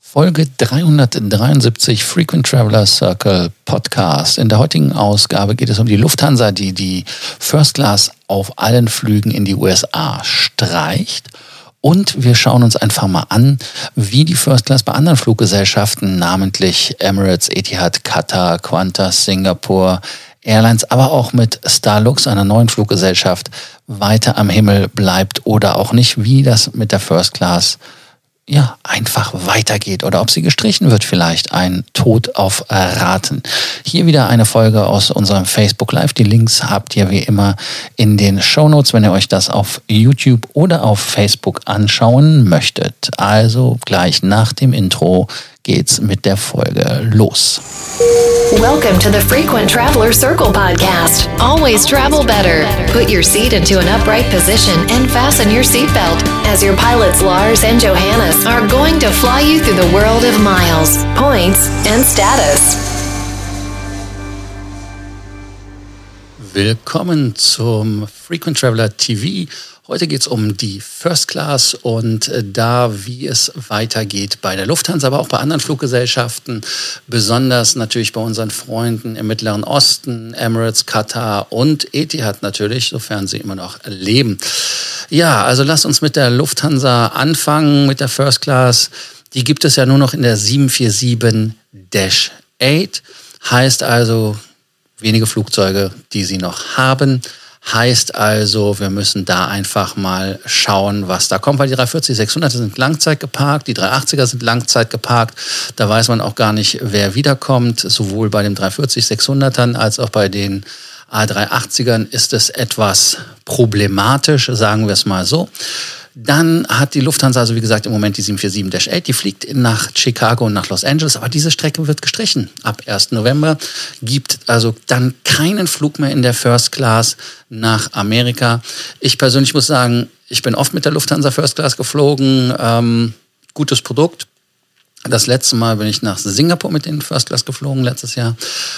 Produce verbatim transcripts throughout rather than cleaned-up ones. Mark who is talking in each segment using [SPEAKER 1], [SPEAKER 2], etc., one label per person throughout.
[SPEAKER 1] Folge dreihundertdreiundsiebzig Frequent Traveler Circle Podcast. In der heutigen Ausgabe geht es um die Lufthansa, die die First Class auf allen Flügen in die U S A streicht. Und wir schauen uns einfach mal an, wie die First Class bei anderen Fluggesellschaften, namentlich Emirates, Etihad, Qatar, Qantas, Singapore Airlines, aber auch mit Starlux, einer neuen Fluggesellschaft, weiter am Himmel bleibt oder auch nicht, wie das mit der First Class ja, einfach weitergeht oder ob sie gestrichen wird vielleicht, ein Tod auf Raten. Hier wieder eine Folge aus unserem Facebook Live. Die Links habt ihr wie immer in den Shownotes, wenn ihr euch das auf YouTube oder auf Facebook anschauen möchtet. Also gleich nach dem Intro geht's mit der Folge los.
[SPEAKER 2] Welcome to the Frequent Traveler Circle podcast. Always travel better. Put your seat into an upright position and fasten your seatbelt as your pilots Lars and Johannes are going to fly you through the world of miles, points and status.
[SPEAKER 1] Willkommen zum Frequent Traveler T V. Heute geht es um die First Class und da, wie es weitergeht bei der Lufthansa, aber auch bei anderen Fluggesellschaften, besonders natürlich bei unseren Freunden im Mittleren Osten, Emirates, Qatar und Etihad natürlich, sofern sie immer noch leben. Ja, also lasst uns mit der Lufthansa anfangen, mit der First Class. Die gibt es ja nur noch in der sieben vier sieben acht, heißt also wenige Flugzeuge, die sie noch haben. Heißt also, wir müssen da einfach mal schauen, was da kommt, weil die drei vierzig sechshundert sind Langzeit geparkt, die drei achtziger sind Langzeit geparkt. Da weiß man auch gar nicht, wer wiederkommt. Sowohl bei den drei vierzig sechshundertern als auch bei den A drei achtzigern ist es etwas problematisch, sagen wir es mal so. Dann hat die Lufthansa, also wie gesagt, im Moment die sieben vier sieben acht, die fliegt nach Chicago und nach Los Angeles, aber diese Strecke wird gestrichen. Ab ersten November gibt also dann keinen Flug mehr in der First Class nach Amerika. Ich persönlich muss sagen, ich bin oft mit der Lufthansa First Class geflogen, ähm, gutes Produkt. Das letzte Mal bin ich nach Singapur mit den First Class geflogen, letztes Jahr.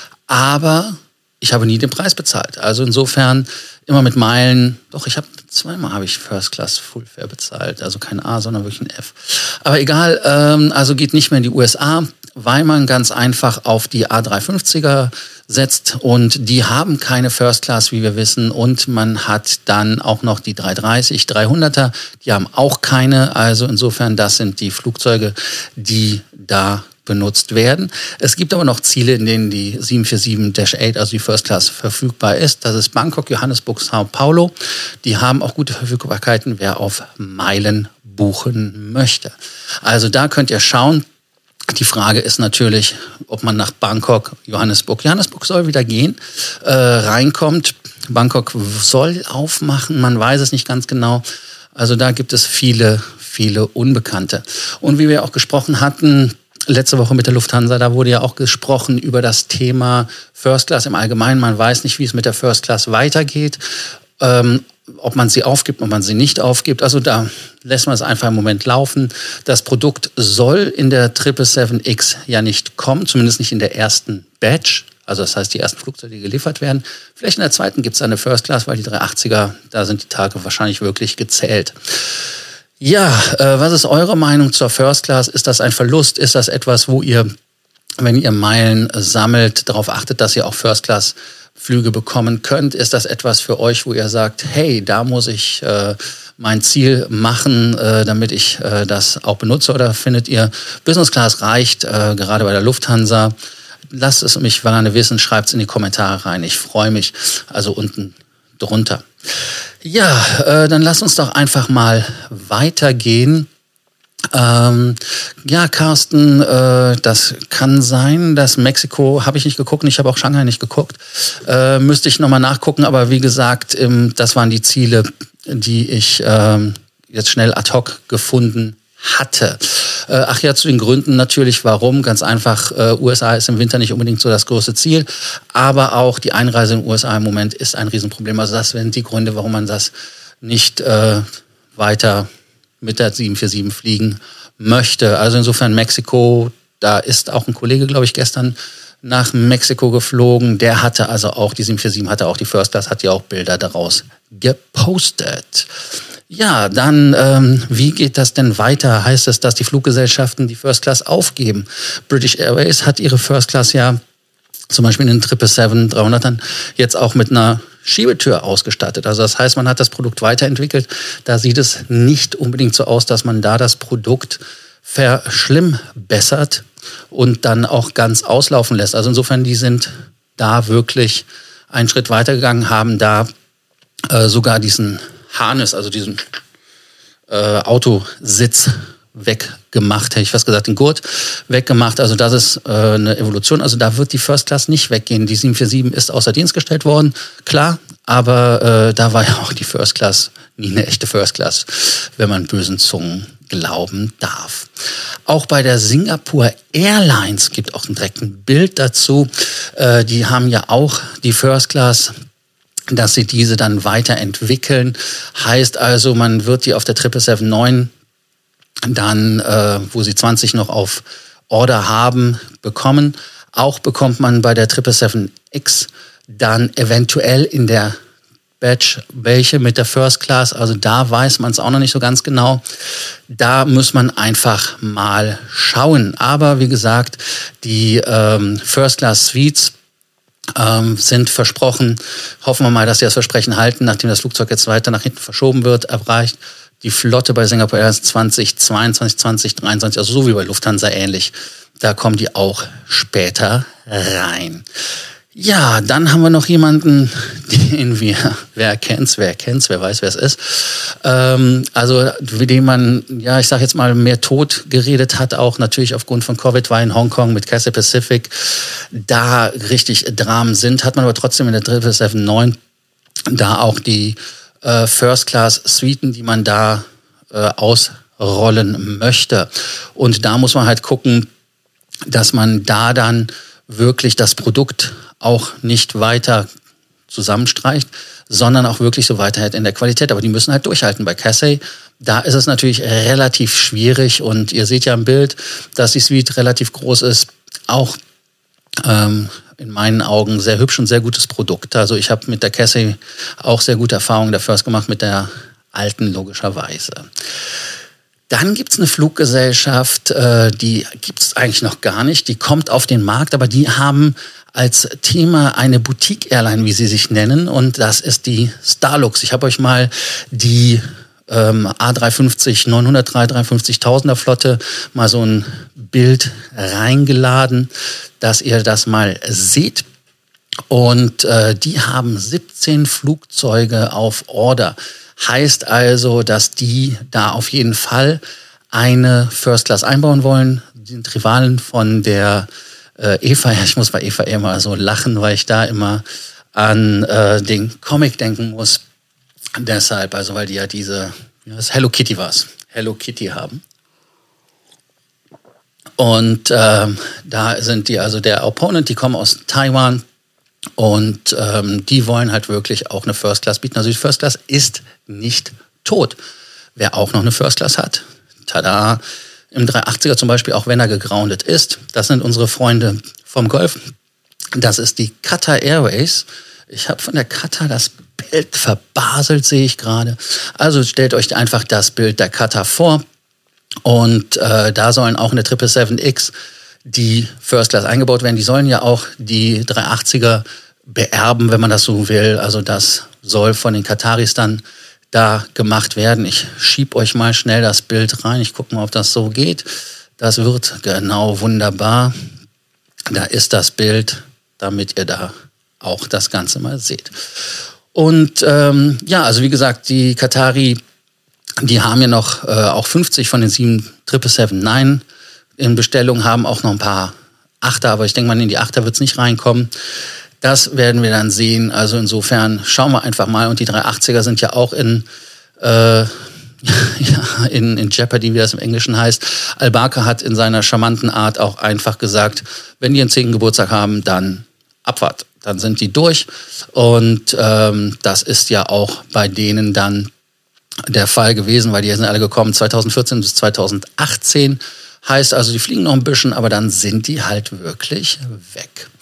[SPEAKER 1] Aber ich habe nie den Preis bezahlt. Also insofern immer mit Meilen. Doch, ich habe zweimal habe ich First Class Full Fare bezahlt. Also kein A, sondern wirklich ein F. Aber egal, ähm, also geht nicht mehr in die U S A, weil man ganz einfach auf die A drei fünfziger setzt. Und die haben keine First Class, wie wir wissen. Und man hat dann auch noch die drei dreißig, dreihunderter. Die haben auch keine. Also insofern, das sind die Flugzeuge, die da benutzt werden. Es gibt aber noch Ziele, in denen die sieben vier sieben acht, also die First Class, verfügbar ist. Das ist Bangkok, Johannesburg, Sao Paulo. Die haben auch gute Verfügbarkeiten, wer auf Meilen buchen möchte. Also da könnt ihr schauen. Die Frage ist natürlich, ob man nach Bangkok, Johannesburg, Johannesburg soll wieder gehen, äh, reinkommt. Bangkok soll aufmachen, man weiß es nicht ganz genau. Also da gibt es viele, viele Unbekannte. Und wie wir auch gesprochen hatten, letzte Woche mit der Lufthansa, da wurde ja auch gesprochen über das Thema First Class im Allgemeinen. Man weiß nicht, wie es mit der First Class weitergeht, ähm, ob man sie aufgibt, ob man sie nicht aufgibt. Also da lässt man es einfach im Moment laufen. Das Produkt soll in der sieben sieben sieben X ja nicht kommen, zumindest nicht in der ersten Batch. Also das heißt, die ersten Flugzeuge, die geliefert werden. Vielleicht in der zweiten gibt es eine First Class, weil die drei achtziger, da sind die Tage wahrscheinlich wirklich gezählt. Ja, äh, was ist eure Meinung zur First Class? Ist das ein Verlust? Ist das etwas, wo ihr, wenn ihr Meilen sammelt, darauf achtet, dass ihr auch First Class Flüge bekommen könnt? Ist das etwas für euch, wo ihr sagt, hey, da muss ich äh, mein Ziel machen, äh, damit ich äh, das auch benutze? Oder findet ihr, Business Class reicht, äh, gerade bei der Lufthansa? Lasst es mich gerne wissen, schreibt es in die Kommentare rein. Ich freue mich, also unten drunter. Ja, äh, dann lass uns doch einfach mal weitergehen. Ähm, ja, Carsten, äh, das kann sein, dass Mexiko, habe ich nicht geguckt, und ich habe auch Shanghai nicht geguckt, äh, müsste ich nochmal nachgucken, aber wie gesagt, ähm, das waren die Ziele, die ich ähm, jetzt schnell ad hoc gefunden hatte. Äh, ach ja, zu den Gründen natürlich, warum, ganz einfach, äh, U S A ist im Winter nicht unbedingt so das große Ziel, aber auch die Einreise in den U S A im Moment ist ein Riesenproblem. Also das wären die Gründe, warum man das nicht äh, weiter mit der sieben vier sieben fliegen möchte. Also insofern Mexiko, da ist auch ein Kollege, glaube ich, gestern nach Mexiko geflogen. Der hatte also auch, die sieben vier sieben hatte auch die First Class, hat ja auch Bilder daraus gepostet. Ja, dann, ähm, wie geht das denn weiter? Heißt es, dass die Fluggesellschaften die First Class aufgeben? British Airways hat ihre First Class ja zum Beispiel in den sieben sieben sieben dreihundertern jetzt auch mit einer Schiebetür ausgestattet. Also das heißt, man hat das Produkt weiterentwickelt. Da sieht es nicht unbedingt so aus, dass man da das Produkt verschlimmbessert und dann auch ganz auslaufen lässt. Also insofern, die sind da wirklich einen Schritt weitergegangen, haben da äh, sogar diesen Harness, also diesen äh, Autositz weggemacht, hätte ich fast gesagt, den Gurt weggemacht. Also das ist äh, eine Evolution. Also da wird die First Class nicht weggehen. Die sieben vier sieben ist außer Dienst gestellt worden, klar, aber äh, da war ja auch die First Class nie eine echte First Class, wenn man bösen Zungen glauben darf. Auch bei der Singapore Airlines gibt auch direkt ein Bild dazu. Äh, die haben ja auch die First Class, dass sie diese dann weiterentwickeln. Heißt also, man wird die auf der sieben sieben sieben neun dann, äh, wo sie zwanzig noch auf Order haben, bekommen. Auch bekommt man bei der sieben sieben sieben X dann eventuell in der Batch welche mit der First Class. Also da weiß man es auch noch nicht so ganz genau. Da muss man einfach mal schauen. Aber wie gesagt, die ähm, First Class Suites ähm, sind versprochen. Hoffen wir mal, dass sie das Versprechen halten, nachdem das Flugzeug jetzt weiter nach hinten verschoben wird, erreicht die Flotte bei Singapore Airlines zwanzig zweiundzwanzig, zwanzig dreiundzwanzig, also so wie bei Lufthansa ähnlich. Da kommen die auch später rein. Ja, dann haben wir noch jemanden, den wir, wer kennt's, wer kennt's, wer weiß, wer es ist. Ähm, also, für den man, ja, ich sag jetzt mal, mehr tot geredet hat, auch natürlich aufgrund von Covid, war in Hongkong mit Cathay Pacific. Da richtig Dramen sind, hat man aber trotzdem in der sieben sieben sieben neun da auch die äh, First Class Suiten, die man da äh, ausrollen möchte. Und da muss man halt gucken, dass man da dann wirklich das Produkt auch nicht weiter zusammenstreicht, sondern auch wirklich so weiterhält in der Qualität. Aber die müssen halt durchhalten. Bei Cathay, da ist es natürlich relativ schwierig und ihr seht ja im Bild, dass die Suite relativ groß ist. Auch ähm, in meinen Augen sehr hübsch und sehr gutes Produkt. Also ich habe mit der Cathay auch sehr gute Erfahrungen der First gemacht, mit der alten logischerweise. Dann gibt es eine Fluggesellschaft, äh, die gibt es eigentlich noch gar nicht. Die kommt auf den Markt, aber die haben als Thema eine Boutique-Airline, wie sie sich nennen. Und das ist die Starlux. Ich habe euch mal die ähm, A drei fünfzig neunhundert, drei fünfzigtausender Flotte mal so ein Bild reingeladen, dass ihr das mal seht. Und äh, die haben siebzehn Flugzeuge auf Order. Heißt also, dass die da auf jeden Fall eine First Class einbauen wollen. Die sind Rivalen von der äh, E V A. Ich muss bei E V A immer so lachen, weil ich da immer an äh, den Comic denken muss. Deshalb, also weil die ja diese, ja, das Hello Kitty war's, Hello Kitty haben. Und äh, da sind die, also der Opponent, die kommen aus Taiwan. Und ähm, die wollen halt wirklich auch eine First Class bieten. Also die First Class ist nicht tot. Wer auch noch eine First Class hat, tada, im dreihundertachtziger zum Beispiel, auch wenn er gegroundet ist, das sind unsere Freunde vom Golf. Das ist die Qatar Airways. Ich habe von der Qatar das Bild verbaselt, sehe ich gerade. Also stellt euch einfach das Bild der Qatar vor. Und äh, da sollen auch in der sieben sieben sieben X die First Class eingebaut werden. Die sollen ja auch die dreihundertachtziger beerben, wenn man das so will. Also das soll von den Kataris dann da gemacht werden. Ich schieb euch mal schnell das Bild rein. Ich gucke mal, ob das so geht. Das wird genau wunderbar. Da ist das Bild, damit ihr da auch das Ganze mal seht. Und ähm, ja, also wie gesagt, die Qatari, die haben ja noch äh, auch fünfzig von den sieben sieben sieben neun in Bestellung, haben auch noch ein paar Achter, aber ich denke mal, in die Achter wird es nicht reinkommen. Das werden wir dann sehen. Also insofern schauen wir einfach mal. Und die dreihundertachtziger sind ja auch in, äh, ja, in, in Jeopardy, wie das im Englischen heißt. Al-Bakr hat in seiner charmanten Art auch einfach gesagt, wenn die einen zehnten Geburtstag haben, dann Abfahrt. Dann sind die durch. Und ähm, das ist ja auch bei denen dann der Fall gewesen, weil die sind alle gekommen zweitausendvierzehn bis zweitausendachtzehn. Heißt also, die fliegen noch ein bisschen, aber dann sind die halt wirklich weg.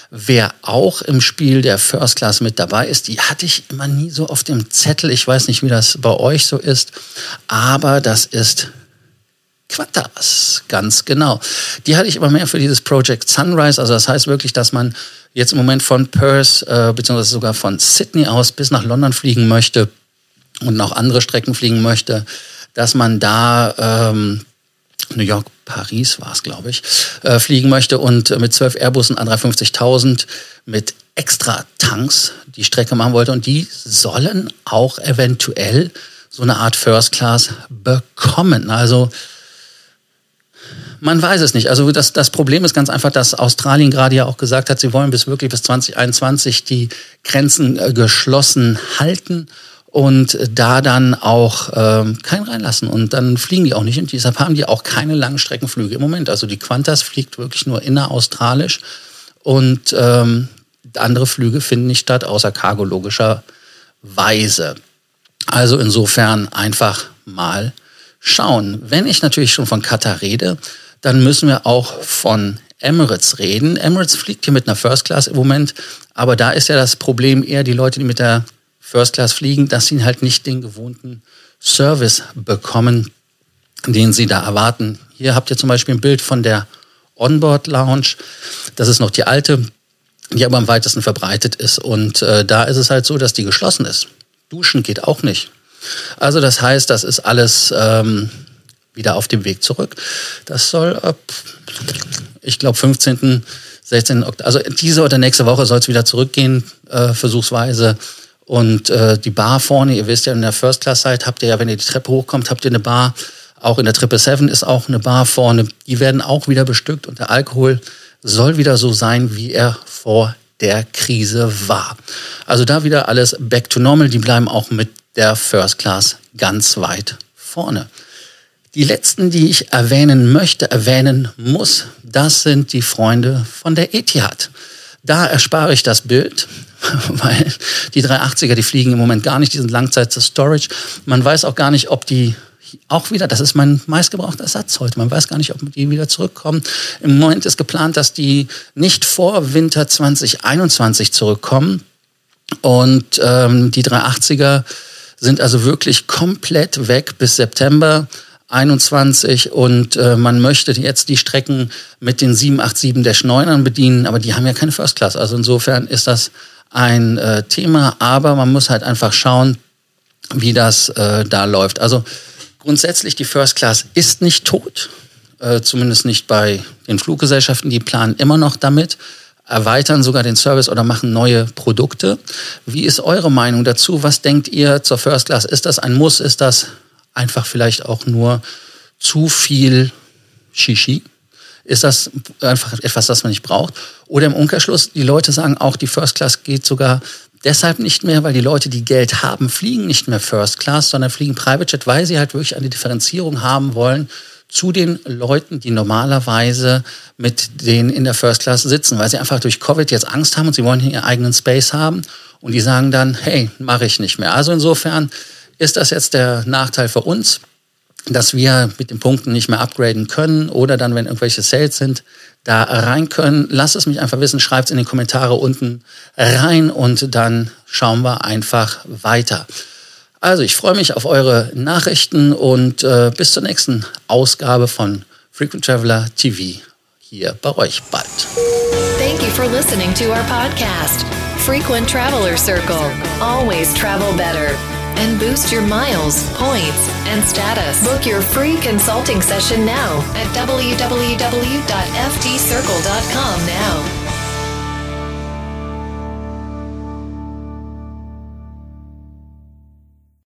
[SPEAKER 1] Wer auch im Spiel der First Class mit dabei ist, die hatte ich immer nie so auf dem Zettel. Ich weiß nicht, wie das bei euch so ist, aber das ist Qantas, ganz genau. Die hatte ich immer mehr für dieses Project Sunrise. Also das heißt wirklich, dass man jetzt im Moment von Perth äh, beziehungsweise sogar von Sydney aus bis nach London fliegen möchte und noch andere Strecken fliegen möchte, dass man da ähm, New York, Paris war es, glaube ich, äh, fliegen möchte und mit zwölf Airbussen A drei fünfzigtausend mit extra Tanks die Strecke machen wollte. Und die sollen auch eventuell so eine Art First Class bekommen. Also man weiß es nicht. Also das, das Problem ist ganz einfach, dass Australien gerade ja auch gesagt hat, sie wollen bis wirklich bis zwanzig einundzwanzig die Grenzen äh, geschlossen halten und da dann auch ähm, keinen reinlassen. Und dann fliegen die auch nicht. Und deshalb haben die auch keine Langstreckenflüge im Moment. Also die Qantas fliegt wirklich nur inneraustralisch und ähm, andere Flüge finden nicht statt, außer Cargo logischerweise. Also insofern einfach mal schauen. Wenn ich natürlich schon von Qatar rede, dann müssen wir auch von Emirates reden. Emirates fliegt hier mit einer First Class im Moment, aber da ist ja das Problem eher die Leute, die mit der First Class fliegen, dass sie halt nicht den gewohnten Service bekommen, den sie da erwarten. Hier habt ihr zum Beispiel ein Bild von der Onboard Lounge. Das ist noch die alte, die aber am weitesten verbreitet ist. Und äh, da ist es halt so, dass die geschlossen ist. Duschen geht auch nicht. Also das heißt, das ist alles ähm, wieder auf dem Weg zurück. Das soll ab, ich glaube, fünfzehnten, sechzehnten Oktober, also diese oder nächste Woche soll es wieder zurückgehen, äh, versuchsweise. Und äh, die Bar vorne, ihr wisst ja, in der First Class seid, habt ihr ja, wenn ihr die Treppe hochkommt, habt ihr eine Bar. Auch in der Triple Seven ist auch eine Bar vorne. Die werden auch wieder bestückt und der Alkohol soll wieder so sein, wie er vor der Krise war. Also da wieder alles back to normal. Die bleiben auch mit der First Class ganz weit vorne. Die letzten, die ich erwähnen möchte, erwähnen muss, das sind die Freunde von der Etihad. Da erspare ich das Bild, weil die dreihundertachtziger, die fliegen im Moment gar nicht, die sind Langzeit-Storage. Man weiß auch gar nicht, ob die auch wieder, das ist mein meistgebrauchter Satz heute, man weiß gar nicht, ob die wieder zurückkommen. Im Moment ist geplant, dass die nicht vor Winter zwanzig einundzwanzig zurückkommen. Und ähm, die dreihundertachtziger sind also wirklich komplett weg bis September einundzwanzig und äh, man möchte jetzt die Strecken mit den sieben acht sieben neunern bedienen, aber die haben ja keine First Class. Also insofern ist das ein äh, Thema, aber man muss halt einfach schauen, wie das äh, da läuft. Also grundsätzlich, die First Class ist nicht tot, äh, zumindest nicht bei den Fluggesellschaften, die planen immer noch damit, erweitern sogar den Service oder machen neue Produkte. Wie ist eure Meinung dazu? Was denkt ihr zur First Class? Ist das ein Muss? Ist das einfach vielleicht auch nur zu viel Shishi? Ist das einfach etwas, das man nicht braucht? Oder im Umkehrschluss, die Leute sagen auch, die First Class geht sogar deshalb nicht mehr, weil die Leute, die Geld haben, fliegen nicht mehr First Class, sondern fliegen Private Jet, weil sie halt wirklich eine Differenzierung haben wollen zu den Leuten, die normalerweise mit denen in der First Class sitzen, weil sie einfach durch Covid jetzt Angst haben und sie wollen hier ihren eigenen Space haben und die sagen dann, hey, mache ich nicht mehr. Also insofern ist das jetzt der Nachteil für uns, dass wir mit den Punkten nicht mehr upgraden können oder dann, wenn irgendwelche Sales sind, da rein können. Lasst es mich einfach wissen, schreibt es in die Kommentare unten rein und dann schauen wir einfach weiter. Also ich freue mich auf eure Nachrichten und äh, bis zur nächsten Ausgabe von Frequent Traveler T V hier bei euch bald.
[SPEAKER 2] Thank you for listening to our podcast, Frequent Traveler Circle. Always travel better. And boost your miles, points, and status. Book your free consulting session now at w w w dot f t circle dot com now.